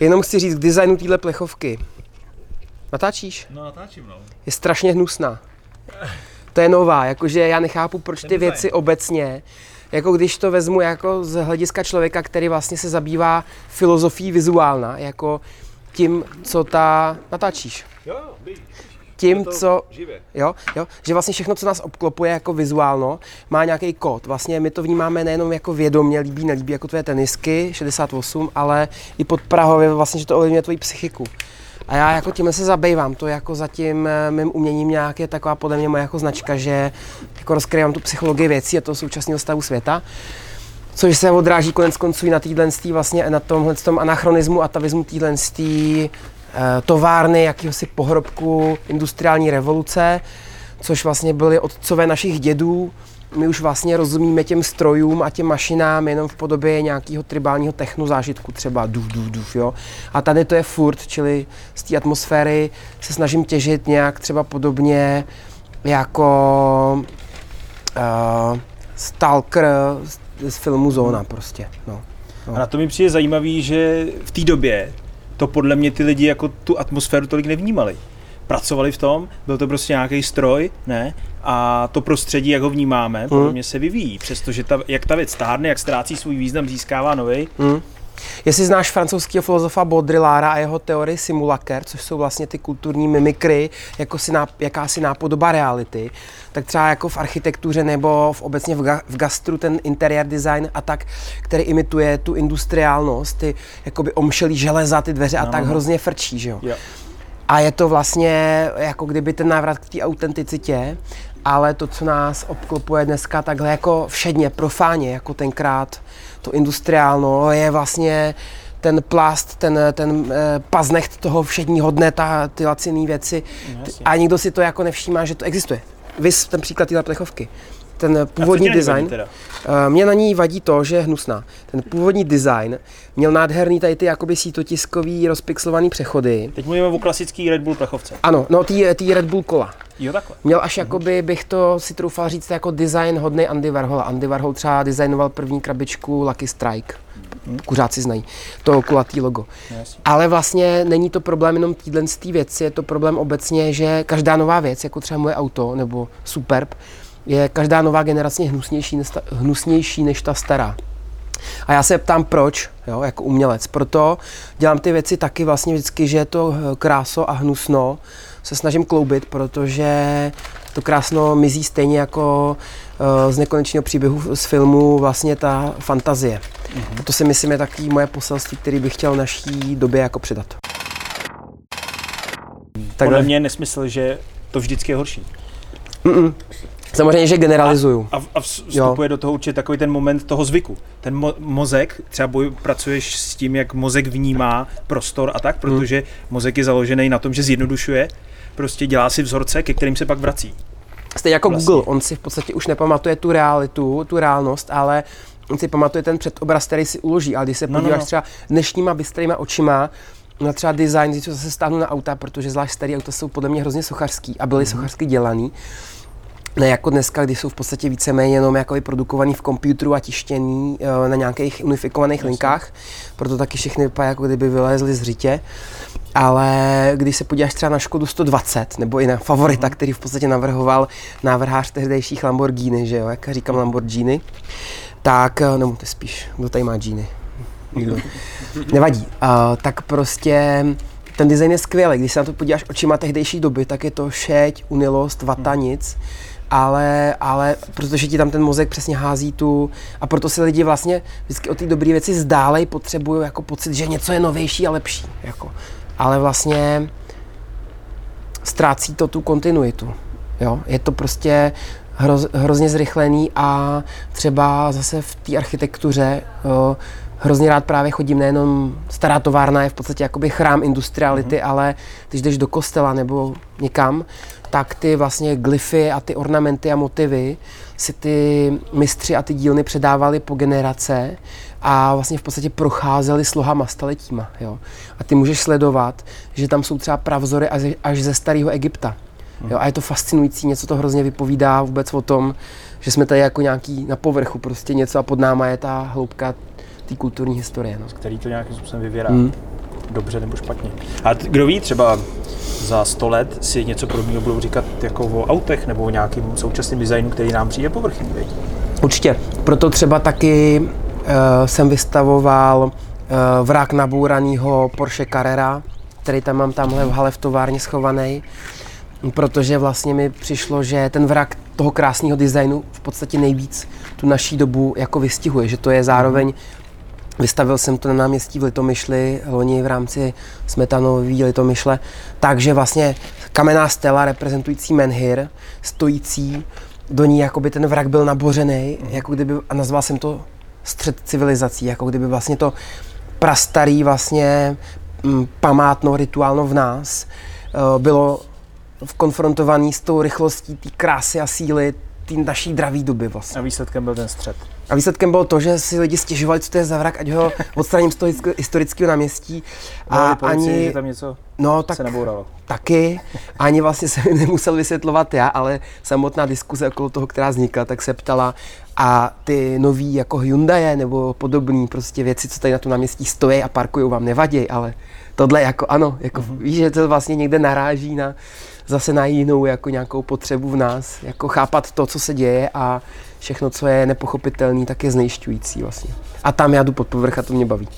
Jenom chci říct k designu téhle plechovky. Natáčíš? No natáčím, no. Je strašně hnusná. To je nová, jakože já nechápu, proč ty věci obecně, jako když to vezmu jako z hlediska člověka, který vlastně se zabývá filozofií vizuálna, jako tím, co natáčíš. Jo, tím, co, jo, že vlastně všechno, co nás obklopuje jako vizuálno, má nějaký kód. Vlastně my to vnímáme nejenom jako vědomě, líbí, nelíbí, jako tvoje tenisky, 68, ale i podprahově vlastně, že to ovlivňuje tvoji psychiku. A já jako tímhle se zabývám, to jako za tím mým uměním nějak je taková podle mě moje jako značka, že jako rozkryvám tu psychologii věcí a toho současného stavu světa, což se odráží konec konců i na této vlastně na tomhle anachronismu, atavismu téhle továrny, jakýhosi pohrobku industriální revoluce, což vlastně byly otcové našich dědů. My už vlastně rozumíme těm strojům a těm mašinám jenom v podobě nějakého tribálního techno zážitku, třeba duf, jo. A tady to je furt, čili z té atmosféry se snažím těžit nějak třeba podobně jako Stalker z filmu Zóna prostě, no. A na to mi přijde zajímavý, že v té době to podle mě ty lidi jako tu atmosféru tolik nevnímali. Pracovali v tom, byl to prostě nějaký stroj, ne? A to prostředí, jak ho vnímáme, podle mě se vyvíjí, přestože jak ta věc stárne, jak ztrácí svůj význam, získává novej. Jestli znáš francouzského filozofa Baudrillarda a jeho teorii simulaker, což jsou vlastně ty kulturní mimikry, jako jakási nápodoba reality, tak třeba jako v architektuře nebo obecně v gastru ten interiér design a tak, který imituje tu industriálnost, ty jakoby omšelý železa, ty dveře a tak hrozně frčí, že jo. A je to vlastně jako kdyby ten návrat k té autenticitě, ale to, co nás obklopuje dneska takhle jako všedně, profáně, jako tenkrát to industriálno, je vlastně ten plast, ten paznecht toho všedního dne, ty laciné věci. A nikdo si to jako nevšímá, že to existuje. Vys ten příklad téhle plechovky. Ten původní design, mě na ní vadí to, že je hnusná. Ten původní design měl nádherný tady ty jakoby sítotiskový rozpixelovaný přechody. Teď mluvíme o klasický Red Bull plechovce. Ano, no tý Red Bull kola. Jo, takhle. Měl až jakoby, bych to si troufal říct, jako design hodnej Andy Warhola. Andy Warhol třeba designoval první krabičku Lucky Strike. Kuřáci znají, to kulatý logo. Ale vlastně není to problém jenom téhle věci, je to problém obecně, že každá nová věc, jako třeba moje auto nebo Superb, je každá nová generace hnusnější než ta stará. A já se ptám proč, jo, jako umělec. Proto dělám ty věci taky vlastně vždycky, že to kráso a hnusno se snažím kloubit, protože to krásno mizí stejně jako z nekonečného příběhu z filmu vlastně ta fantazie. A to si myslím je taky moje poselství, který bych chtěl naší době jako předat. Podle mě je nesmysl, že to vždycky je horší. Samozřejmě, že generalizuju. A vstupuje do toho určitě takový ten moment toho zvyku. Ten mozek, třeba pracuješ s tím, jak mozek vnímá prostor a tak, protože mozek je založený na tom, že zjednodušuje, prostě dělá si vzorce, ke kterým se pak vrací. Stejně jako vlastně. Google, on si v podstatě už nepamatuje tu realitu, tu reálnost, ale on si pamatuje ten předobraz, který si uloží. Ale když se podíváš třeba dnešníma bystrýma očima na třeba design, když zase stáhnu na auta, protože zvlášť starý auta jsou podle mě hrozně sochařský a byly sochařsky dělaný. Ne jako dneska, když jsou v podstatě víceméně jenom jako produkovaný v komputeru a tištěný na nějakých unifikovaných linkách, proto taky všechny vypadá, jako kdyby vylezly z řitě. Ale když se podíváš třeba na Škodu 120, nebo i na Favorita, který v podstatě navrhoval návrhář tehdejších Lamborghini, že jo, jak říkám Lamborghini, tak, no to spíš, kdo tady má Gini? Nikdo. Nevadí. Tak prostě ten design je skvělý, když se na to podíváš očima tehdejší doby, tak je to šeť, unilost, vata, nic. Ale protože ti tam ten mozek přesně hází a proto se lidi vlastně vždycky o té dobré věci zdálej potřebují jako pocit, že něco je novější a lepší. Jako. Ale vlastně ztrácí to tu kontinuitu. Jo? Je to prostě hrozně zrychlený a třeba zase v té architektuře hrozně rád právě chodím, nejenom stará továrna je v podstatě jakoby chrám industriality, ale když jdeš do kostela nebo někam, tak ty vlastně glyfy a ty ornamenty a motivy si ty mistři a ty dílny předávali po generace a vlastně v podstatě procházeli slohama, staletíma. Jo. A ty můžeš sledovat, že tam jsou třeba pravzory až ze starého Egypta. Jo. A je to fascinující, něco to hrozně vypovídá vůbec o tom, že jsme tady jako nějaký na povrchu prostě něco a pod náma je ta hloubka té kulturní historie. No. Z který to nějakým způsobem vyvěrá. dobře nebo špatně. A kdo ví, třeba za 100 let si něco podobného budou říkat jako o autech nebo o nějakým současným designu, který nám přijde povrchní. Určitě. Proto třeba taky jsem vystavoval vrak nabouraného Porsche Carrera, který tam mám tamhle v hale v továrně schovaný, protože vlastně mi přišlo, že ten vrak toho krásného designu v podstatě nejvíc tu naší dobu jako vystihuje, že to je zároveň, vystavil jsem to na náměstí v Litomyšli loni v rámci Smetanovové Litomyšle, takže vlastně kamenná stela reprezentující menhir, stojící, do ní jakoby ten vrak byl nabořený, jako kdyby, a nazval jsem to střed civilizací, jako kdyby vlastně to prastarý vlastně památno, rituálno v nás bylo konfrontovaný s tou rychlostí té krásy a síly té naší dravé doby vlastně. A výsledkem byl ten střed. A výsledkem bylo to, že si lidi stěžovali, co to je za vrak, ať ho odstraním z toho historického náměstí. A ani že tam něco se nabouralo. Taky. Ani vlastně se mi nemusel vysvětlovat já, ale samotná diskuze okolo toho, která vznikla, tak se ptala, a ty nový jako Hyundai nebo podobný prostě věci, co tady na tom náměstí stojí a parkují, vám nevadí, ale tohle jako ano, jako víš, že to vlastně někde naráží na zase na jinou jako nějakou potřebu v nás, jako chápat to, co se děje a všechno, co je nepochopitelné, tak je znejisťující vlastně. A tam já jdu pod povrch a to mě baví.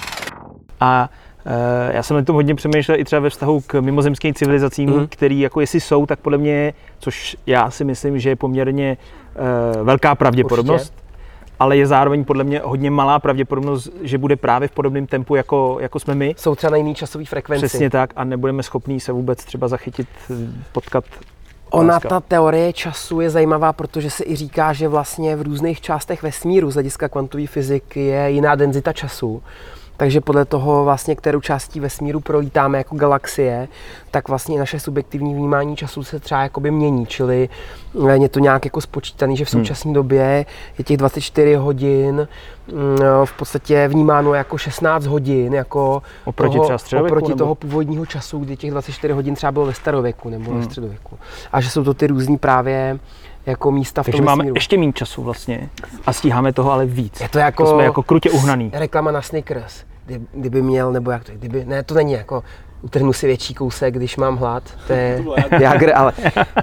A já jsem na tom hodně přemýšlel i třeba ve vztahu k mimozemským civilizacím, který jako jestli jsou, tak podle mě, což já si myslím, že je poměrně velká pravděpodobnost, určitě. Ale je zároveň podle mě hodně malá pravděpodobnost, že bude právě v podobném tempu, jako jsme my. Jsou třeba na jiný časový frekvenci. Přesně tak a nebudeme schopní se vůbec třeba zachytit, potkat. Ona, ta teorie času je zajímavá, protože se i říká, že vlastně v různých částech vesmíru z hlediska kvantové fyziky je jiná denzita času. Takže podle toho vlastně, kterou částí vesmíru prolítáme jako galaxie, tak vlastně naše subjektivní vnímání času se třeba jakoby mění, čili je to nějak jako spočítaný, že v současné době je těch 24 hodin v podstatě vnímáno jako 16 hodin, jako oproti toho původního času, kdy těch 24 hodin třeba bylo ve starověku nebo ve středověku. A že jsou to ty různý právě jako místa v tom vesmíru. Takže máme ještě méně času vlastně a stíháme toho ale víc. Je to jako, jsme jako krutě uhnaný. Reklama na Snickers, kdyby měl, nebo jak to, kdyby, ne, to není jako, utrhnu si větší kousek, když mám hlad, to je Jagr, ale...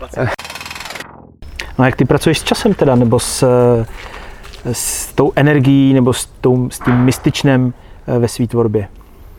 No a jak ty pracuješ s časem teda, nebo s tou energií, nebo s tím mystičnem ve své tvorbě?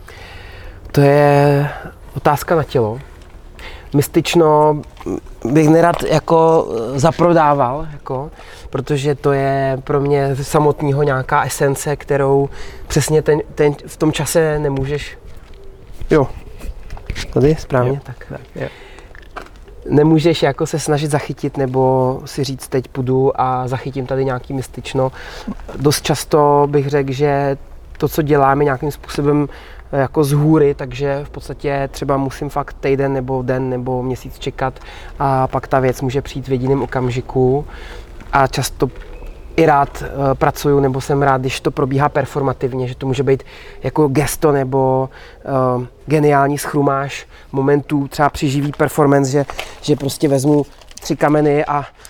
To je otázka na tělo. Mystično bych nerad jako zaprodával, jako, protože to je pro mě samotného nějaká esence, kterou přesně v tom čase nemůžeš... Jo, tady správně, jo. Tak. Jo. Nemůžeš jako se snažit zachytit nebo si říct, teď půjdu a zachytím tady nějaký mystično. Dost často bych řekl, že to, co děláme nějakým způsobem jako z hůry, takže v podstatě třeba musím fakt týden nebo den nebo měsíc čekat a pak ta věc může přijít v jediném okamžiku a často i rád pracuju nebo jsem rád, když to probíhá performativně, že to může být jako gesto nebo geniální schrumáž momentů, třeba při živý performance, že prostě vezmu 3 kameny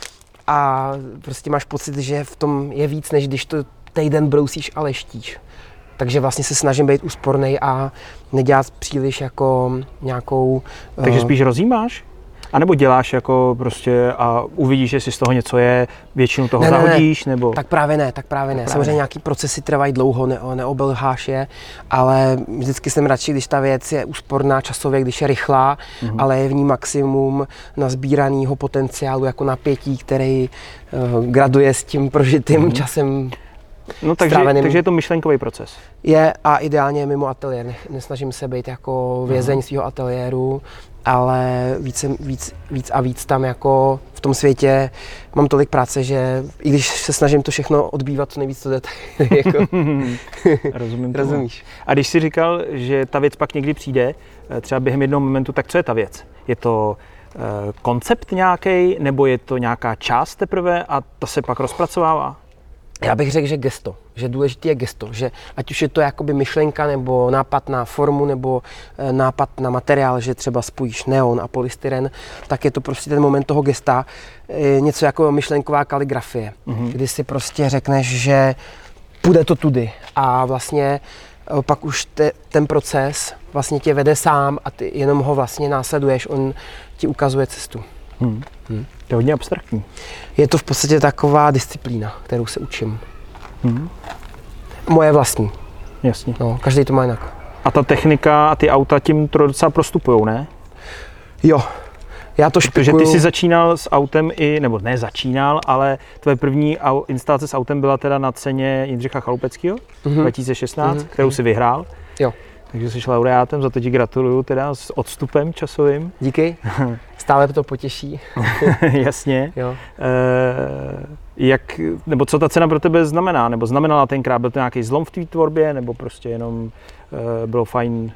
a prostě máš pocit, že v tom je víc, než když to týden brousíš a leštíš. Takže vlastně se snažím být úspornej a nedělat příliš jako nějakou... Takže spíš rozjímáš? A nebo děláš jako prostě a uvidíš, jestli z toho něco je, většinu toho zahodíš, nebo... Tak právě ne. Samozřejmě nějaký procesy trvají dlouho, neobelháš je, ale vždycky jsem radši, když ta věc je úsporná časově, když je rychlá, ale je v ní maximum nazbíraného potenciálu jako napětí, který graduje s tím prožitým časem. No takže je to myšlenkový proces. Je a ideálně mimo ateliér. Nesnažím se být jako vězeň svého ateliéru, ale víc a víc tam jako v tom světě mám tolik práce, že i když se snažím to všechno odbývat, co nejvíc to jde, jako... Rozumíš. A když jsi říkal, že ta věc pak někdy přijde, třeba během jednoho momentu, tak co je ta věc? Je to koncept nějaký, nebo je to nějaká část teprve a to se pak rozpracovává? Já bych řekl, že gesto, že důležitý je gesto, že ať už je to jakoby myšlenka nebo nápad na formu nebo nápad na materiál, že třeba spojíš neon a polystyren, tak je to prostě ten moment toho gesta, něco jako myšlenková kaligrafie, kdy si prostě řekneš, že půjde to tudy a vlastně pak už ten proces vlastně tě vede sám a ty jenom ho vlastně následuješ, on ti ukazuje cestu. To je hodně abstraktní. Je to v podstatě taková disciplína, kterou se učím. Moje vlastní. Jasně. No, každý to má jinak. A ta technika a ty auta tím to docela prostupujou, ne? Jo, já to špikuju. Protože ty jsi začínal s autem nebo ne začínal, ale tvoje první instalace s autem byla teda na ceně Jindřicha Chaloupeckého 2016, kterou si vyhrál. Jo. Takže jsi laureátem, za to ti gratuluju teda s odstupem časovým. Díky, stále to potěší. Jasně. Jo. Nebo co ta cena pro tebe znamená? Nebo znamenala tenkrát, byl to nějaký zlom v tvý tvorbě, nebo prostě jenom bylo fajn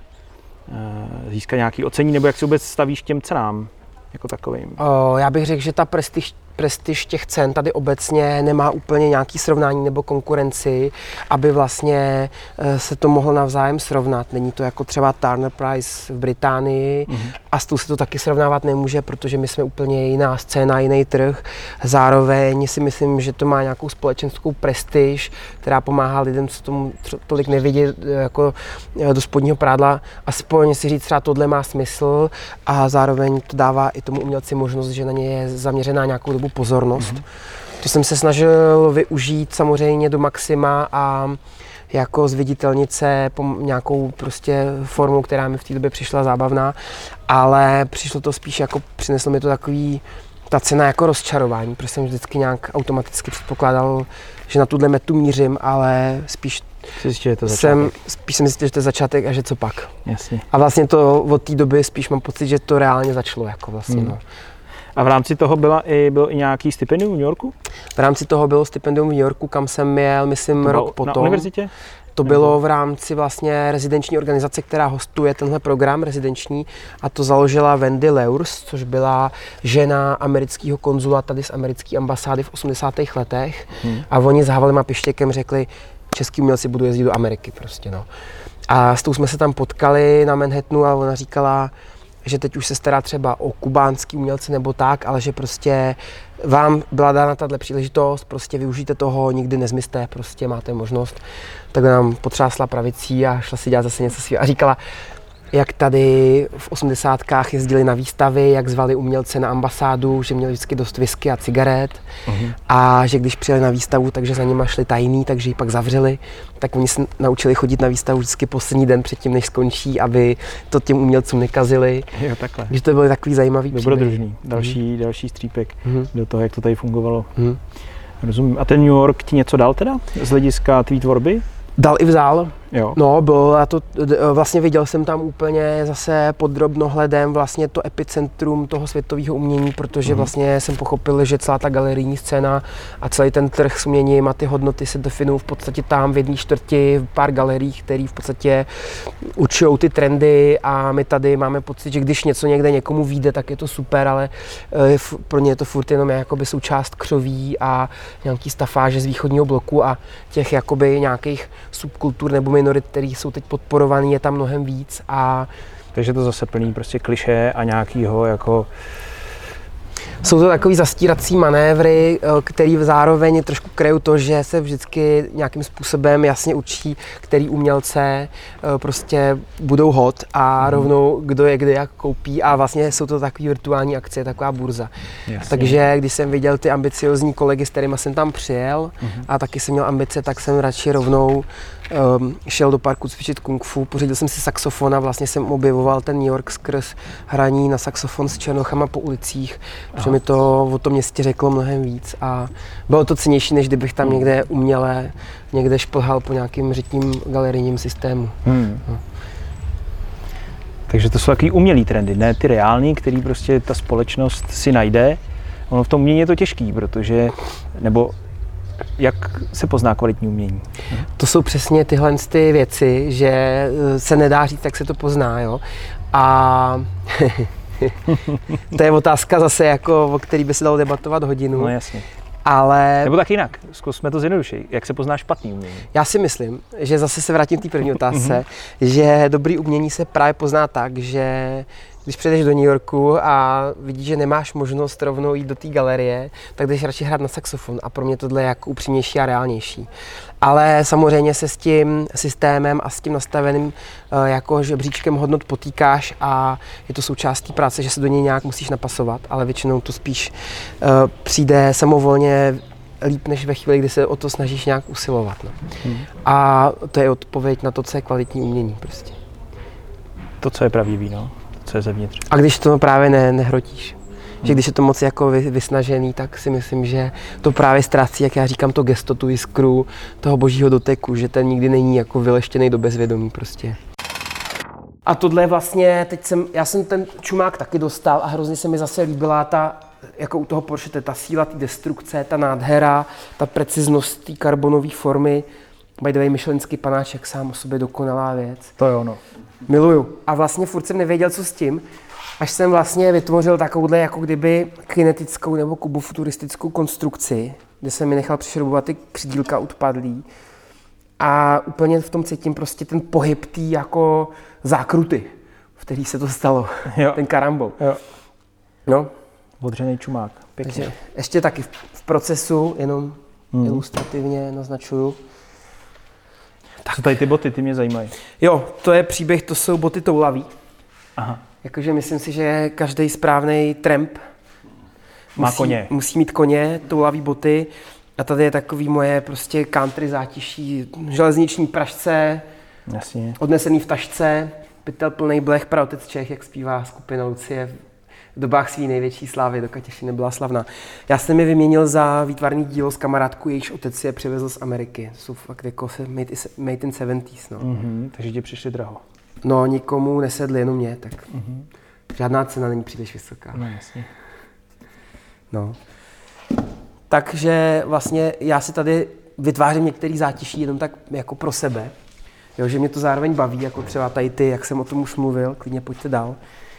získat nějaký ocení, nebo jak si vůbec stavíš k těm cenám jako takovým? Já bych řekl, že ta prestiž těch cen tady obecně nemá úplně nějaký srovnání nebo konkurenci, aby vlastně se to mohlo navzájem srovnat. Není to jako třeba Turner Price v Británii a s tou se to taky srovnávat nemůže, protože my jsme úplně jiná scéna, jiný trh. Zároveň si myslím, že to má nějakou společenskou prestiž, která pomáhá lidem, co tomu tolik nevidí jako do spodního prádla, aspoň si říct, třeba tohle má smysl a zároveň to dává i tomu umělci možnost, že na ně je zaměřená nějakou dobu pozornost. To jsem se snažil využít samozřejmě do maxima a jako zviditelnit se nějakou prostě formou, která mi v té době přišla zábavná, ale přišlo to spíš jako, přineslo mi to takový, ta cena jako rozčarování, protože jsem vždycky nějak automaticky předpokládal, že na tuhle metu mířím, ale spíš jsem zjistil, že to je začátek a že co pak. Jasně. A vlastně to od té doby spíš mám pocit, že to reálně začalo jako vlastně, no. A v rámci toho bylo i nějaký stipendium v New Yorku? V rámci toho bylo stipendium v New Yorku, kam jsem jel, myslím, rok potom. Na univerzitě? To bylo v rámci vlastně rezidenční organizace, která hostuje tenhle program rezidenční, a to založila Wendy Leurs, což byla žena amerického konzula tady z americké ambasády v 80. letech. A oni s Havelem a Pištěkem řekli, český umělci budou jezdit do Ameriky prostě, no. A s tou jsme se tam potkali na Manhattanu a ona říkala, že teď už se stará třeba o kubánský umělce nebo tak, ale že prostě vám byla dána tato příležitost, prostě využijte toho, nikdy nezmizte, prostě máte možnost. Tak nám potřásla pravicí a šla si dělat zase něco svého a říkala, jak tady v 80kách jezdili na výstavy, jak zvali umělce na ambasádu, že měli vždycky dost whisky a cigaret a že když přijeli na výstavu, takže za nima šli tajný, takže ji pak zavřeli, tak oni se naučili chodit na výstavu vždycky poslední den předtím, než skončí, aby to těm umělcům nekazili. Jo, takhle. Takže to byl takový zajímavý příběh. Dobrodružný. Další střípek do toho, jak to tady fungovalo. Rozumím. A ten New York ti něco dal teda z hlediska tvý tvorby? Dal i vzal. Jo. No, vlastně viděl jsem tam úplně zase pod drobnohledem vlastně to epicentrum toho světového umění, protože vlastně jsem pochopil, že celá ta galerijní scéna a celý ten trh s uměním a ty hodnoty se definují v podstatě tam v jedné čtvrti, v pár galeriích, které v podstatě určují ty trendy, a my tady máme pocit, že když něco někde někomu vyjde, tak je to super, ale pro ně je to furt jenom jakoby součást křoví a nějaký stafáže z východního bloku a těch jakoby nějakých subkultur nebo minorit, které jsou teď podporované, je tam mnohem víc. Takže to zase plný prostě klišé a nějakýho jako... Jsou to takový zastírací manévry, který zároveň trošku kryjou to, že se vždycky nějakým způsobem jasně učí, který umělce prostě budou hot a rovnou kdo je kde jak koupí, a vlastně jsou to takový virtuální akce, taková burza. Jasně. Takže když jsem viděl ty ambiciozní kolegy, s kterými jsem tam přijel a taky jsem měl ambice, tak jsem radši rovnou šel do parku cvičit kung fu, pořídil jsem si saxofon a vlastně jsem objevoval ten New York skrz hraní na saxofon s černochama po ulicích, protože mi to o tom městě řeklo mnohem víc a bylo to cennější, než kdybych tam někde uměle někde šplhal po nějakým řitním galerijním systému. No. Takže to jsou takový umělý trendy, ne ty reální, který prostě ta společnost si najde. Ono v tom umění je to těžký, protože, nebo jak se pozná kvalitní umění? To jsou přesně tyhle ty věci, že se nedá říct, jak se to pozná, jo. A to je otázka zase, jako, o který by se dalo debatovat hodinu. No jasně. Ale... Nebo tak jinak, zkusme to zjednodušit. Jak se pozná špatný umění? Já si myslím, že zase se vrátím k té první otázce, že dobrý umění se právě pozná tak, že Když přijdeš do New Yorku a vidíš, že nemáš možnost rovnou jít do té galerie, tak jdeš radši hrát na saxofon a pro mě tohle je jako upřímnější a reálnější. Ale samozřejmě se s tím systémem a s tím nastaveným jako žebříčkem hodnot potýkáš a je to součást té práce, že se do něj nějak musíš napasovat, ale většinou to spíš přijde samovolně líp, než ve chvíli, kdy se o to snažíš nějak usilovat. No. A to je odpověď na to, co je kvalitní umění prostě. To, co je pravdivý, no. Co je zevnitř. A když to právě nehrotíš. Že když je to moc jako vysnažený, tak si myslím, že to právě ztrácí, jak já říkám, to gesto, tu jiskru toho božího doteku, že ten nikdy není jako vyleštěný do bezvědomí prostě. A tohle vlastně, já jsem ten čumák taky dostal a hrozně se mi zase líbila ta, jako u toho Porsche, ta síla té destrukce, ta nádhera, ta preciznost té karbonové formy. By the way, michelinský panáček sám o sobě dokonalá věc. To je ono. Miluju. A vlastně furt jsem nevěděl, co s tím, až jsem vlastně vytvořil takovouhle jako kdyby kinetickou nebo kubofuturistickou konstrukci, kde jsem mi nechal přišroubovat ty křídílka odpadlý a úplně v tom cítím prostě ten pohyb tý jako zákruty, v který se to stalo, ten karambol. Jo. No. Odřený čumák, pěkně. Takže ještě taky v procesu, jenom ilustrativně naznačuju. Co tady ty boty, ty mě zajímají. Jo, to je příběh, to jsou boty toulavý. Aha. Jakože myslím si, že každý správný tramp musí mít koně, toulavý boty. A tady je takový moje prostě country zátiší, železniční pražce, jasně. Odnesený v tašce, pytel plný blech, praotec Čech, jak zpívá skupina Lucie v dobách svý největší slávy, dokud ještě nebyla slavná. Já jsem je vyměnil za výtvarný dílo s kamarádku, jejíž otec je přivezl z Ameriky. To jsou fakt jako made in 70s. No. Takže ti přišli draho. No, nikomu nesedli, jenom mě, tak žádná cena není příliš vysoká. No, jasně. No. Takže vlastně já si tady vytvářím některé zátiší jenom tak jako pro sebe. Jo, že mě to zároveň baví, jako třeba tady ty, jak jsem o tom už mluvil, klidně pojďte dál.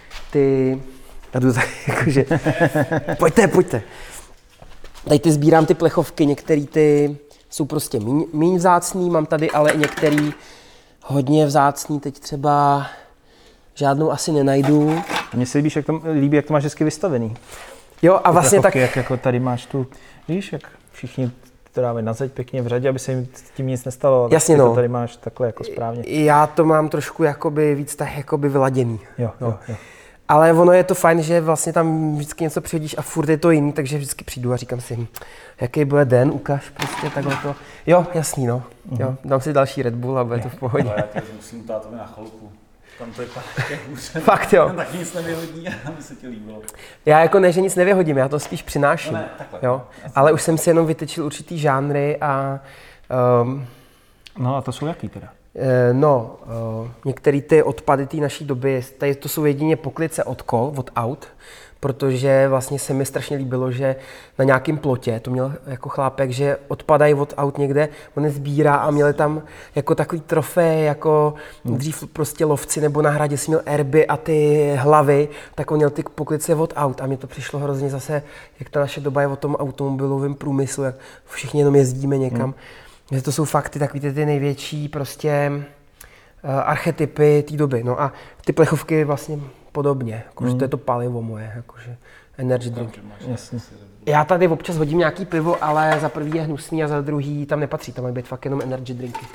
Já jdu tak, jakože, pojďte. Tady ty sbírám ty plechovky, některé ty jsou prostě míň vzácný, mám tady ale i některý hodně vzácný, teď třeba žádnou asi nenajdu. Mně se líbí, jak to máš hezky vystavený. Jo, a vlastně tak... Jak jako tady máš tu, víš, jak všichni to dávají na zeď pěkně v řadě, aby se jim tím nic nestalo. Jasně, no. To tady máš takhle jako správně. Já to mám trošku jakoby víc tak jakoby vyladěný. Jo. Ale ono je to fajn, že vlastně tam vždycky něco přihodíš a furt je to jiný, takže vždycky přijdu a říkám si, jaký bude den, ukáž prostě takhle to. Jo, jasný, no. Jo, dám si další Red Bull a bude to v pohodě. Ale já musím tátovi na chalupu. Tam to je tak hůře. Fakt jo. Tak nic nevyhodí a mi se ti líbilo. Já jako ne, že nic nevyhodím, já to spíš přináším. No ne, takhle. Jo. Ale už jsem si jenom vytyčil určitý žánry a... No a to jsou jaký teda? Některé ty odpady té naší doby, tady to jsou jedině poklice od kol, od aut, protože vlastně se mi strašně líbilo, že na nějakém plotě, to měl jako chlápek, že odpadají od aut někde, on je sbírá a měli tam jako takový trofej, jako dřív prostě lovci nebo na hradě si měl erby a ty hlavy, tak on měl ty poklice od aut a mně to přišlo hrozně zase, jak ta naše doba je o tom automobilovém průmyslu, jak všichni jenom jezdíme někam. Že to jsou fakty, takový ty největší prostě archetypy té doby. No a ty plechovky vlastně podobně, jakože to je to palivo moje, jakože energy drink. Jasně. Já tady občas hodím nějaký pivo, ale za prvý je hnusný a za druhý tam nepatří, tam mají být fakt jenom energy drinky.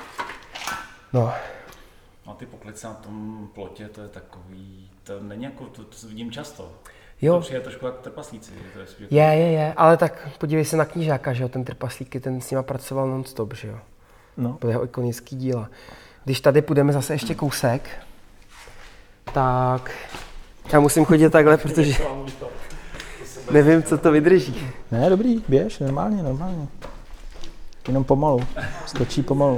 No. No ty poklice na tom plotě, to je takový, to není jako, to vidím často. Jo. To přijde trošku jak trpaslíci. Je, ale tak podívej se na knížáka, že jo, ten Trpaslíky, ten s nima pracoval non-stop, že jo. No. Byl jeho ikonický díla. Když tady půjdeme zase ještě kousek, tak já musím chodit takhle, protože nevím, co to vydrží. Ne, dobrý, běž, normálně. Jenom pomalu, skočí pomalu.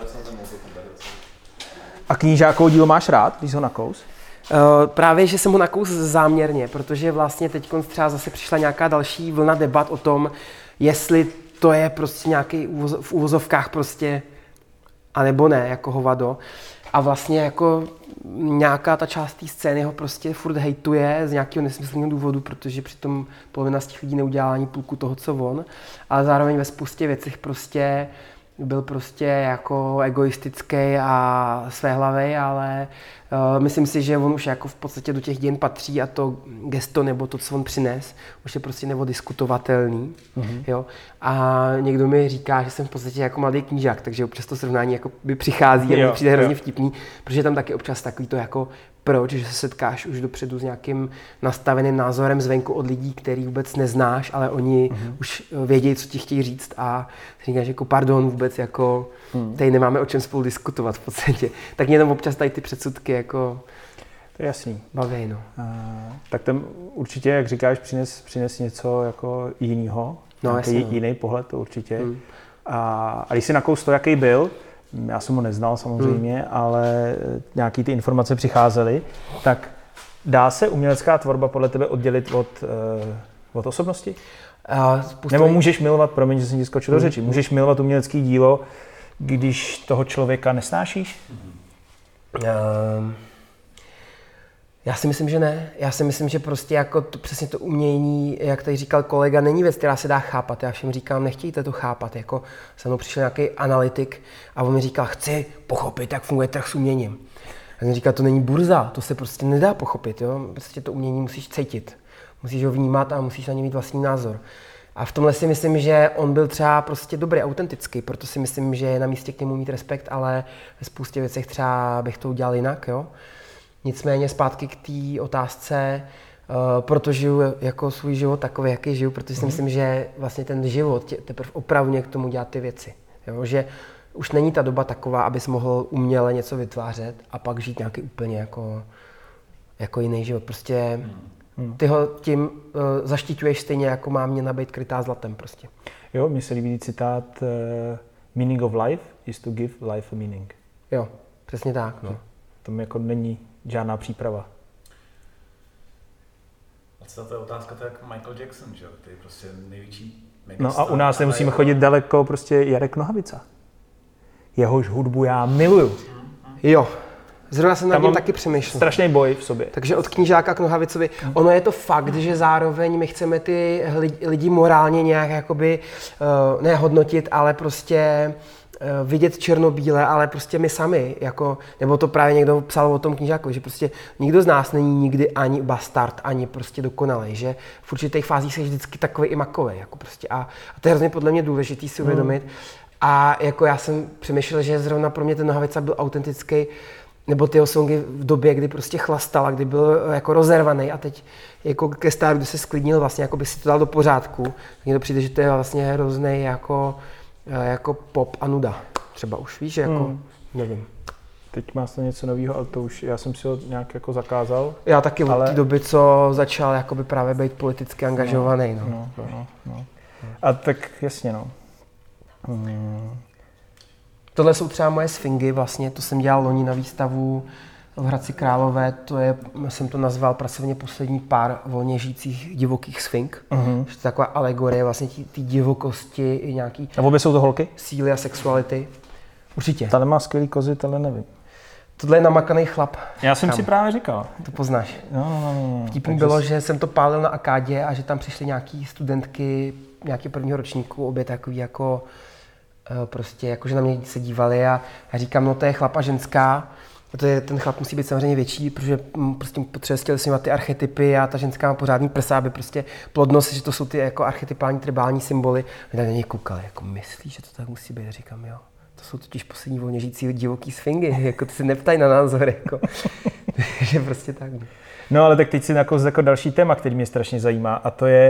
A knížákovo dílo máš rád, když ho nakous? Právě, že jsem ho nakous záměrně, protože vlastně teď třeba zase přišla nějaká další vlna debat o tom, jestli to je prostě nějaký v uvozovkách prostě, anebo ne, jako hovado. A vlastně jako nějaká ta část té scény ho prostě furt hejtuje z nějakého nesmyslného důvodu, protože přitom polovina z těch lidí neudělá ani půlku toho, co on. Ale zároveň ve spoustě věcech prostě byl prostě jako egoistický a svéhlavý, ale myslím si, že on už jako v podstatě do těch dějin patří a to gesto nebo to, co on přines, už je prostě neodiskutovatelný. Jo? A někdo mi říká, že jsem v podstatě jako mladý knížák, takže občas to srovnání jako by přichází a mi přijde hrozně vtipný, protože tam taky občas takový to jako proč, že se setkáš už dopředu s nějakým nastaveným názorem zvenku od lidí, který vůbec neznáš, ale oni už vědí, co ti chtějí říct a říkáš jako pardon, vůbec jako tady nemáme o čem spolu diskutovat v podstatě. Tak mě tam občas tady ty předsudky jako to je jasný. Baví, no. Tak tam určitě, jak říkáš, přines něco jako jinýho, nějaký jiný pohled, to určitě. A když si nakous to, jaký byl, já jsem ho neznal samozřejmě, ale nějaký ty informace přicházely, tak dá se umělecká tvorba podle tebe oddělit od osobnosti? Nebo můžeš milovat, promiň, že jsem ti skočil do řeči, můžeš milovat umělecký dílo, když toho člověka nesnášíš? Já si myslím, že ne. Já si myslím, že prostě jako přesně to umění, jak tady říkal kolega, není věc, která se dá chápat. Já všem říkám, nechtějte to chápat. Jako se mnou přišel nějaký analytik a on mi říkal, chci pochopit, jak funguje trh s uměním. A on říkal, to není burza, to se prostě nedá pochopit. Jo? Prostě to umění musíš cítit. Musíš ho vnímat a musíš na ně mít vlastní názor. A v tomhle si myslím, že on byl třeba prostě dobrý, autentický, proto si myslím, že je na místě k němu mít respekt, ale ve spoustě věcech třeba bych to udělal jinak. Jo? Nicméně zpátky k té otázce, proto žiju jako svůj život takový, jaký žiju, protože si myslím, že vlastně ten život teprve opravňuje k tomu dělat ty věci. Jo? Že už není ta doba taková, abys mohl uměle něco vytvářet a pak žít nějaký úplně jako jiný život. Prostě ty ho tím zaštiťuješ stejně, jako má měna být krytá zlatem prostě. Jo, mně se líbí citát meaning of life is to give life a meaning. Jo, přesně tak. No. Tam jako není žádná příprava. A to je otázka, to je jako Michael Jackson, že jo? To je prostě největší megastar. No a u nás nemusíme chodit daleko, prostě Jarek Nohavica. Jehož hudbu já miluju. Jo. Zrovna jsem nad tím taky přemýšlel. Strašný boj v sobě. Takže od knížáka k Nohavicovi. Ono je to fakt, že zároveň my chceme ty lidi morálně nějak jakoby nehodnotit, ale prostě vidět černobíle, ale prostě my sami, jako, nebo to právě někdo psal o tom knížáku, že prostě nikdo z nás není nikdy ani bastard, ani prostě dokonalej, že v určitých fázích se vždycky takový i makovej, jako prostě a to je hrozně podle mě důležitý si uvědomit. A jako já jsem přemýšlel, že zrovna pro mě ten Nohavica byl autentický, nebo ty songy v době, kdy prostě chlastal a kdy byl jako rozervaný a teď jako ke stáru, kdy se sklidnil vlastně, jako by si to dal do pořádku, tak mně to přijde, že to je vlastně hrozný jako pop a nuda. Třeba už víš, jako nevím. Teď má to něco nového, ale to už já jsem si ho nějak jako zakázal. Já taky od té doby, co začal jakoby právě být politicky angažovaný. No. A tak jasně, no. Tohle jsou třeba moje sfingy, vlastně, to jsem dělal loni na výstavu v Hradci Králové, jsem to nazval pracovně poslední pár volně žijících divokých sfink. Že to je taková alegorie vlastně ty divokosti i nějaký... A obě jsou to holky? Síly a sexuality. Určitě. Tady má skvělý kozy, tohle nevím. Tohle je namakaný chlap. Já jsem si právě říkal. To poznáš. No. Vtipný bylo, že jsem to pálil na Akádě a že tam přišly nějaký studentky, nějaký prvního ročníku, obě takový jako prostě, jakože na mě se dívali a já říkám, no to je chlap a ženská. Ten chlap musí být samozřejmě větší, protože prostě potřebuje stělesňovat ty archetypy a ta ženská má pořádný prsa, aby prostě plodnost, že to jsou ty jako archetypální tribální symboly. My na něj koukali, jako myslíš, že to tak musí být? Říkám, jo. To jsou totiž poslední volně žijící divoký sfingy, jako ty se neptají na názor, jako. že prostě tak. No ale tak teď si jako další téma, který mě strašně zajímá a to je,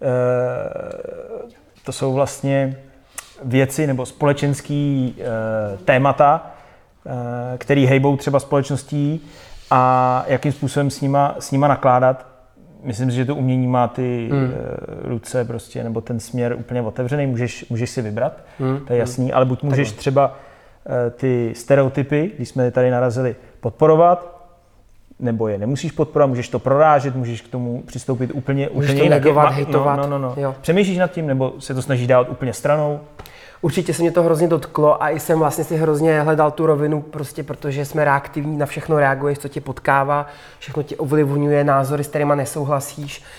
to jsou vlastně věci nebo společenský témata, který hejbou třeba společností a jakým způsobem s nima nakládat. Myslím si, že to umění má ty ruce prostě, nebo ten směr úplně otevřený, můžeš si vybrat, to je jasný, ale buď můžeš třeba ty stereotypy, když jsme tady narazili, podporovat, nebo je nemusíš podporovat, můžeš to prorážet, můžeš k tomu přistoupit úplně jinak. Negovat, hejtovat. No. Přemýšlíš nad tím, nebo se to snažíš dát úplně stranou? Určitě se mě to hrozně dotklo a i jsem vlastně si hrozně hledal tu rovinu, prostě protože jsme reaktivní, na všechno reaguješ, co tě potkává, všechno tě ovlivňuje, názory, s kterýma nesouhlasíš.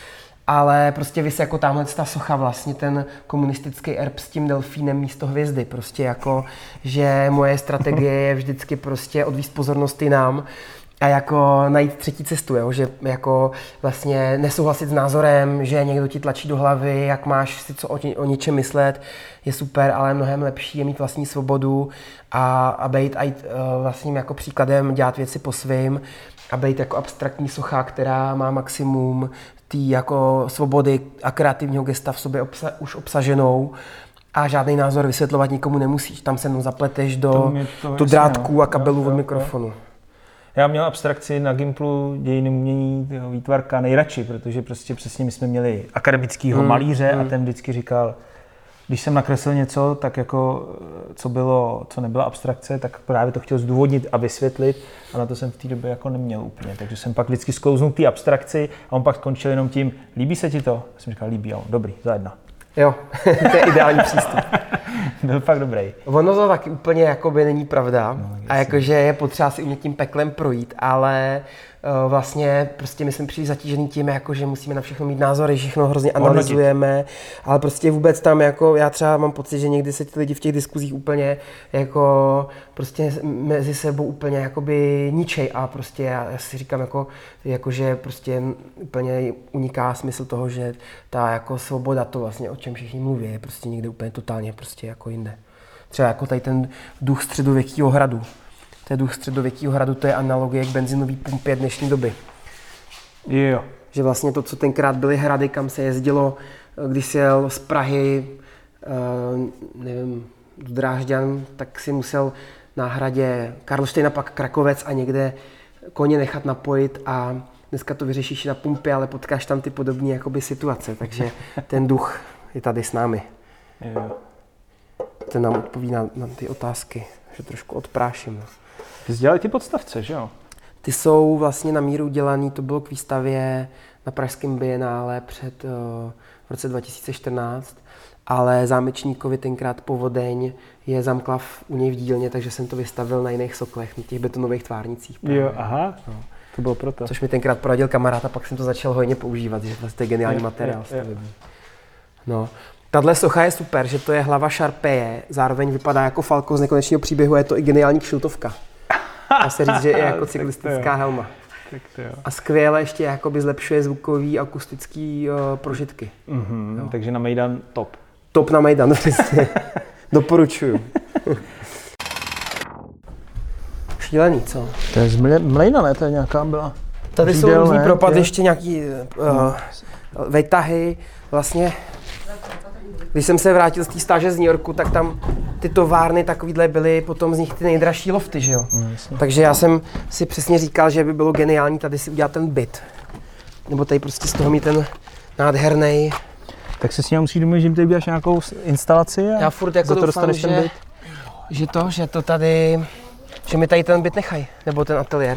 ale prostě vys jako tamhle ta socha vlastně, ten komunistický erb s tím delfínem místo hvězdy, prostě jako, že moje strategie je vždycky prostě odvíst pozornost jinam a jako najít třetí cestu, jo? Že jako vlastně nesouhlasit s názorem, že někdo ti tlačí do hlavy, jak máš si co o něčem myslet, je super, ale mnohem lepší je mít vlastní svobodu a být vlastním jako příkladem, dělat věci po svým a být jako abstraktní socha, která má maximum té jako svobody a kreativního gesta v sobě už obsaženou a žádný názor vysvětlovat nikomu nemusíš. Tam se jenom zapleteš do drátku a kabelů od mikrofonu. Já měl abstrakci na Gimplu dějiny umění výtvarka nejradši, protože prostě přesně my jsme měli akademického malíře a ten vždycky říkal, když jsem nakreslil něco, tak jako co nebyla abstrakce, tak právě to chtěl zdůvodnit a vysvětlit a na to jsem v té době jako neměl úplně. Takže jsem pak vždycky sklouznul té abstrakci a on pak skončil jenom tím, líbí se ti to? Já jsem říkal, líbí, jo, dobrý, za jedna. Jo, to je ideální přístup. Byl fakt dobrý. Ono to taky úplně jakoby není pravda a jakože je potřeba si umět tím peklem projít, ale vlastně prostě my jsme příliš zatížený tím, jako, že musíme na všechno mít názory, všechno hrozně analyzujeme, ale prostě vůbec tam jako, já třeba mám pocit, že někdy se ti lidi v těch diskuzích úplně jako prostě mezi sebou úplně jakoby ničej a prostě já si říkám jako že prostě úplně uniká smysl toho, že ta jako svoboda, to vlastně o čem všichni mluví, je prostě někde úplně totálně prostě jako jinde. Třeba jako tady ten duch středověkého hradu. To je duch středověkého hradu, to je analogie k benzinové pumpě dnešní doby. Jo. Že vlastně to, co tenkrát byly hrady, kam se jezdilo, když se jel z Prahy, nevím, do Drážďan, tak si musel na hradě Karlštejna, pak Krakovec a někde koně nechat napojit a dneska to vyřešíš na pumpě, ale potkáš tam ty podobné jakoby situace, takže ten duch je tady s námi. Jo. Ten nám odpoví na ty otázky, že trošku odpráším. No. Ty jsi dělal ty podstavce, že jo? Ty jsou vlastně na míru dělaný, to bylo k výstavě na pražském bienále v roce 2014, ale Zámečníkovi tenkrát povodeň je zamkla u něj v dílně, takže jsem to vystavil na jiných soklech, na těch betonových tvárnicích. Jo, aha, no. To bylo proto. Což mi tenkrát poradil kamarád a pak jsem to začal hojně používat, že to je geniální materiál stavební. No. Tahle socha je super, že to je hlava šarpeje, zároveň vypadá jako Falko z Nekonečného příběhu, je to i geniální kšiltovka. Dá se říct, že je jako cyklistická helma. A skvěle ještě jakoby zlepšuje zvukový a akustický prožitky. Takže na Mejdan top. Top na Mejdan, přesně. Doporučuju. Šílený, co? To je z Mlejna, ne? To je nějaká byla. Tady jsou různý propady, ještě nějaký vejtahy. Vlastně, když jsem se vrátil z té stáže z New Yorku, tak tam ty továrny takovýhle byly potom z nich ty nejdražší lofty, že jo? Takže já jsem si přesně říkal, že by bylo geniální tady si udělat ten byt. Nebo tady prostě z toho mít ten nádherný. Tak se s ním musí domluvit, že tady uděláš nějakou instalaci a já furt jako doufám, že mi tady ten byt nechají, nebo ten ateliér.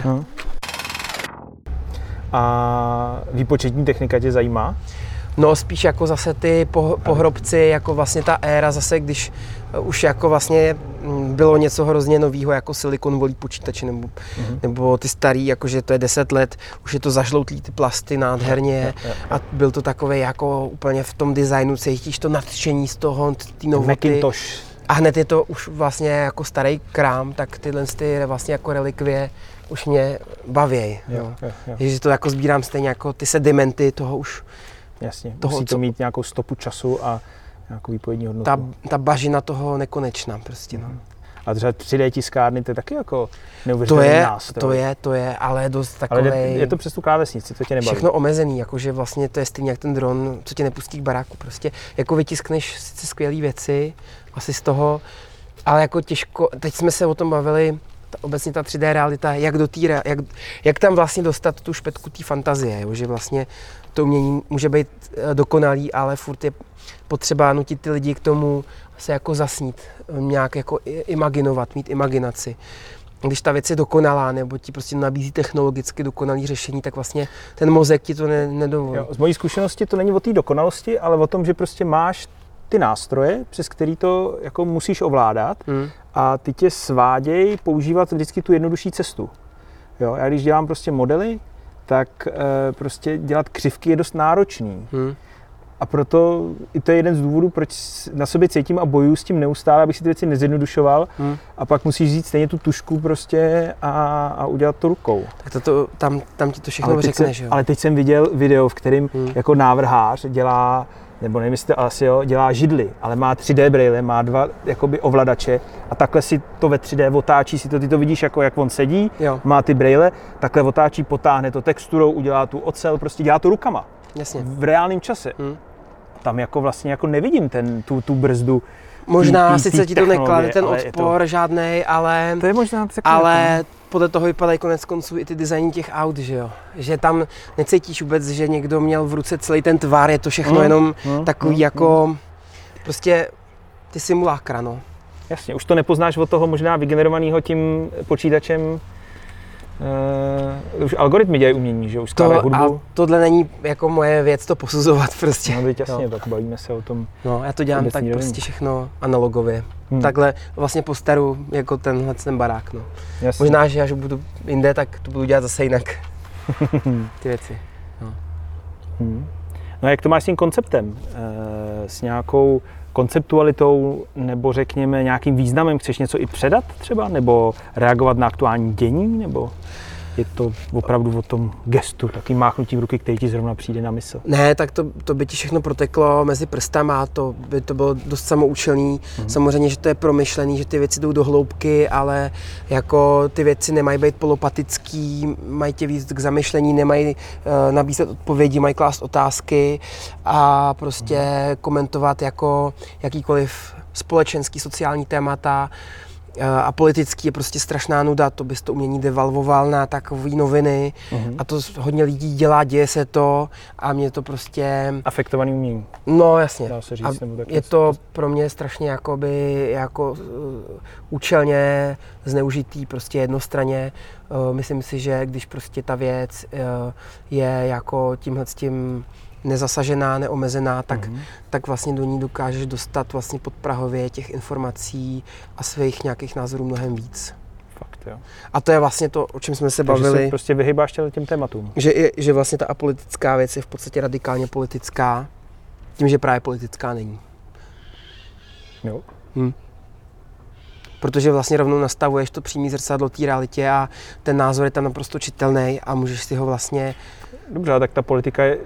A výpočetní technika tě zajímá? No spíš jako zase ty pohrobci, jako vlastně ta éra zase, když už jako vlastně bylo něco hrozně novýho, jako silikonvolý počítače nebo ty starý, jakože to je 10 let, už je to zažloutlý ty plasty nádherně a byl to takový jako úplně v tom designu, cítíš to nadšení z toho, ty novoty. Macintosh. A hned je to už vlastně jako starý krám, tak tyhle ty vlastně jako relikvie už mě bavěj. Že to jako sbírám stejně jako ty sedimenty toho už. Jasně, musí to mít nějakou stopu času a nějakou výpovědní hodnotu. Ta bažina toho nekonečná prostě, no. A třeba 3D tiskárny, to je taky jako neuvěřitelný nástroj. To je, ale dost takovej... Ale je to přes tu klávesnici, co tě nebaví? Všechno omezený, jakože vlastně to je stejně jak ten dron, co tě nepustí k baráku prostě. Jako vytiskneš sice skvělé věci, asi z toho, ale jako těžko, teď jsme se o tom bavili, obecně ta 3D realita, jak tam vlastně dostat tu špetku té fantazie, jo? Že vlastně to umění může být dokonalý, ale furt je potřeba nutit ty lidi k tomu se jako zasnít, nějak jako imaginovat, mít imaginaci. Když ta věc je dokonalá, nebo ti prostě nabízí technologicky dokonalý řešení, tak vlastně ten mozek ti to nedovolí. Z mojí zkušenosti to není o té dokonalosti, ale o tom, že prostě máš ty nástroje, přes který to jako musíš ovládat a ty tě svádějí používat vždycky tu jednodušší cestu. Jo, já když dělám prostě modely, tak prostě dělat křivky je dost náročný. A proto i to je jeden z důvodů, proč na sobě cítím a bojuju s tím neustále, abych si ty věci nezjednodušoval. A pak musíš vzít stejně tu tušku prostě a udělat to rukou. Tak tam ti to všechno řekneš, jo? Ale teď jsem viděl video, v kterém jako návrhář dělá, nebo nevím, jestli to asi dělá židli, ale má 3D brýle, má 2 jakoby ovladače a takhle si to ve 3D otáčí, ty to vidíš, jako jak on sedí, má ty brýle, takhle otáčí, potáhne to texturou, udělá tu ocel, prostě dělá to rukama. Jasně. V reálném čase. Tam jako vlastně jako nevidím tu brzdu. Možná sice ti to neklade ten odpor žádnej, ale to je možná ale podle toho vypadají konec konců i ty designy těch aut, že jo. Že tam necítíš vůbec, že někdo měl v ruce celý ten tvar, je to všechno jenom takový jako prostě ty simulákra, no. Jasně, už to nepoznáš od toho možná vygenerovaného tím počítačem. Už algoritmy dělají umění, že už skládají hudbu. A tohle není jako moje věc to posuzovat prostě. No teď jasně, tak bavíme se o tom. No, já to dělám tak prostě všechno analogově. Takhle vlastně postaru jako ten barák, no. Jasně. Možná, že až budu jinde, tak to budu dělat zase jinak. Ty věci. No. No a jak to máš s tím konceptem? S nějakou konceptualitou nebo řekněme nějakým významem? Chceš něco i předat třeba? Nebo reagovat na aktuální dění? Nebo je to opravdu o tom gestu, takým máchnutím ruky, který ti zrovna přijde na mysl? Ne, tak to by ti všechno proteklo mezi prstama, to by to bylo dost samoučelný. Samozřejmě, že to je promyšlený, že ty věci jdou do hloubky, ale jako ty věci nemají být polopatický, mají tě víc k zamyšlení, nemají nabízet odpovědi, mají klást otázky a prostě komentovat jako jakýkoliv společenský, sociální témata. A politický je prostě strašná nuda, to bys to umění devalvoval na takový noviny a to hodně lidí dělá, děje se to a mě to prostě... Afektovaný umění. No jasně. Dá se říct, nebo je to pro mě strašně jakoby jako účelně zneužitý prostě jednostranně. Myslím si, že když prostě ta věc je jako tímhletím nezasažená, neomezená, tak vlastně do ní dokážeš dostat vlastně podprahově těch informací a svých nějakých názorů mnohem víc. Fakt, jo. A to je vlastně to, o čem jsme se bavili. Takže se prostě vyhybáš těm tématům. Že vlastně ta apolitická věc je v podstatě radikálně politická, tím, že právě politická není. Jo. Protože vlastně rovnou nastavuješ to přímý zrcadlo té realitě a ten názor je tam naprosto čitelný a můžeš si ho vlastně... Dobře, ale tak ta politika je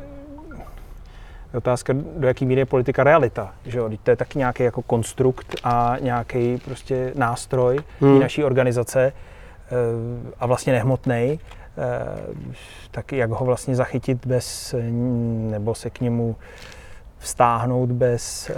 otázka, do jaký míry je politika realita, že jo? To je taky nějaký jako konstrukt a nějaký prostě nástroj naší organizace a vlastně nehmotnej, tak jak ho vlastně zachytit nebo se k němu vztáhnout bez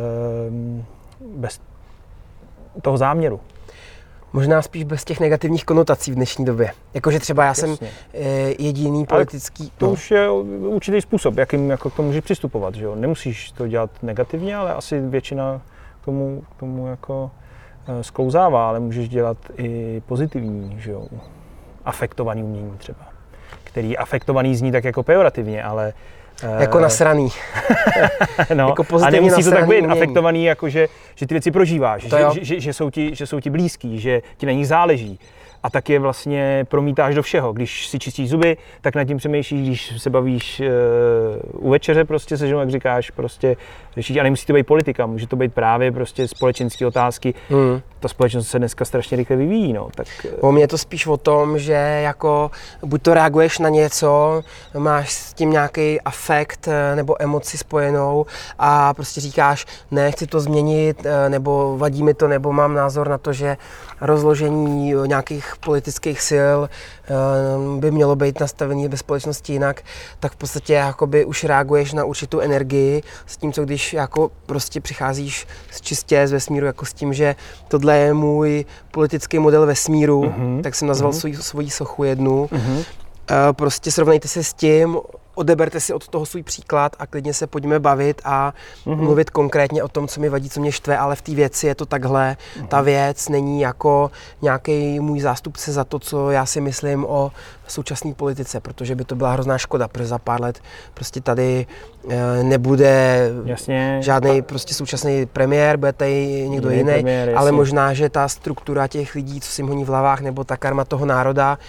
toho záměru. Možná spíš bez těch negativních konotací v dnešní době. Jakože třeba já jsem jediný politický... To už je určitý způsob, jakým jako k tomu můžeš přistupovat, že jo? Nemusíš to dělat negativně, ale asi většina k tomu jako sklouzává, ale můžeš dělat i pozitivní, že jo? Afektovaný umění třeba. Který afektovaný zní tak jako pejorativně, ale jako nasraný. No, jako a nemusí to tak být afektovaný, jako že ty věci prožíváš, že jsou ti blízký, že ti na nich záleží. A tak je vlastně promítáš do všeho. Když si čistíš zuby, tak nad tím přemýšlíš, když se bavíš u večeře prostě se ženou, jak říkáš, prostě řešíš, a nemusí to být politika, může to být právě prostě společenské otázky. Ta společnost se dneska strašně rychle vyvíjí, no. Tak... Po mně je to spíš o tom, že jako buď to reaguješ na něco, máš s tím nějaký afekt nebo emoci spojenou a prostě říkáš, ne, chci to změnit, nebo vadí mi to, nebo mám názor na to, že rozložení nějakých politických sil by mělo být nastavený ve společnosti jinak, tak v podstatě jakoby už reaguješ na určitou energii s tím, co když jako prostě přicházíš čistě z vesmíru, jako s tím, že tohle je můj politický model vesmíru, tak jsem nazval svoji sochu jednu. Prostě srovnejte se s tím, odeberte si od toho svůj příklad a klidně se pojďme bavit a mluvit konkrétně o tom, co mi vadí, co mě štve, ale v té věci je to takhle. Ta věc není jako nějaký můj zástupce za to, co já si myslím o současné politice, protože by to byla hrozná škoda, protože za pár let prostě tady nebude žádný prostě současný premiér, bude tady někdo jiný, ale možná, že ta struktura těch lidí, co si honí v hlavách, nebo ta karma toho národa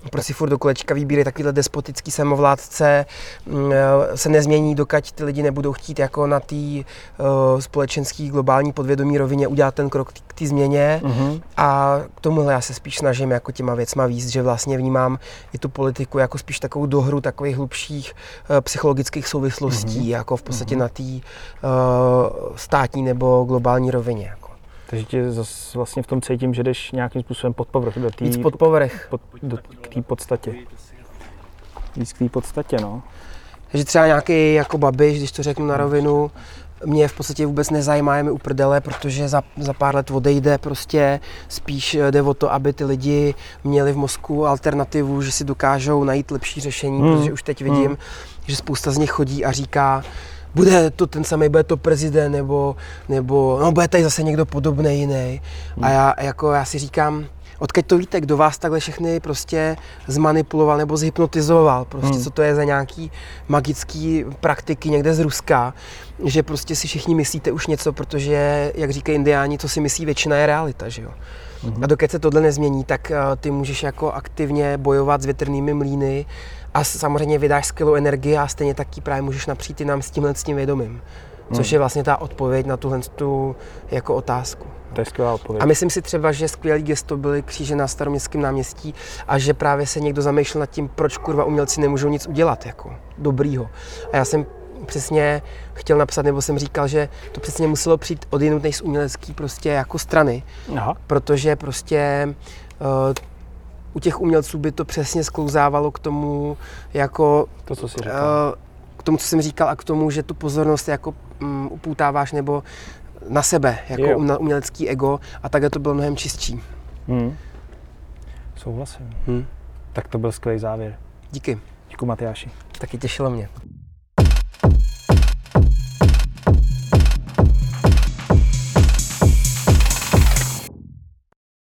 Proč si furt do kolečka vybírají takovýhle despotický samovládce, se nezmění, dokud ty lidi nebudou chtít jako na té společenský globální podvědomí rovině udělat ten krok k té změně. A k tomuhle já se spíš snažím jako těma věcma víc, že vlastně vnímám i tu politiku jako spíš takovou dohru takových hlubších psychologických souvislostí, jako v podstatě na té státní nebo globální rovině. Jako. Takže tě zase vlastně v tom cítím, že jdeš nějakým způsobem pod povrch. Víc pod povrch. K té podstatě. Víc k té podstatě, no. Takže třeba nějaký jako Babiš, když to řeknu na rovinu, mě v podstatě vůbec nezajímá, je mi u prdele, protože za pár let odejde, prostě spíš jde o to, aby ty lidi měli v mozku alternativu, že si dokážou najít lepší řešení, protože už teď vidím, že spousta z nich chodí a říká, bude to ten samý, bude to prezident, nebo no, bude tady zase někdo podobný jiný. A já si říkám, odkud to víte, kdo vás takhle všechny prostě zmanipuloval nebo zhypnotizoval, prostě co to je za nějaký magický praktiky někde z Ruska, že prostě si všichni myslíte už něco, protože, jak říkají indiáni, co si myslí většina je realita, že jo. A dokud se tohle nezmění, tak ty můžeš jako aktivně bojovat s větrnými mlýny a samozřejmě vydáš skvělou energii a stejně taky právě můžeš napřít i nám s tím vědomím. Což je vlastně ta odpověď na tuhle jako otázku. To je skvělá odpověď. A myslím si třeba, že skvělý gesto byly kříže na Staroměstském náměstí a že právě se někdo zamýšlel nad tím, proč kurva umělci nemůžou nic udělat jako dobrýho. A já jsem přesně chtěl napsat, nebo jsem říkal, že to přesně muselo přijít odjinud než z umělecký prostě jako strany. Protože prostě u těch umělců by to přesně sklouzávalo k tomu jako to, co jsi říkal. K tomu, co jsem říkal a k tomu, že tu pozornost jako upoutáváš nebo na sebe, jako na umělecký ego a takhle to bylo mnohem čistší. Souhlasím. Tak to byl skvělý závěr. Díky. Děkuji, Matyáši. Taky těšilo mě.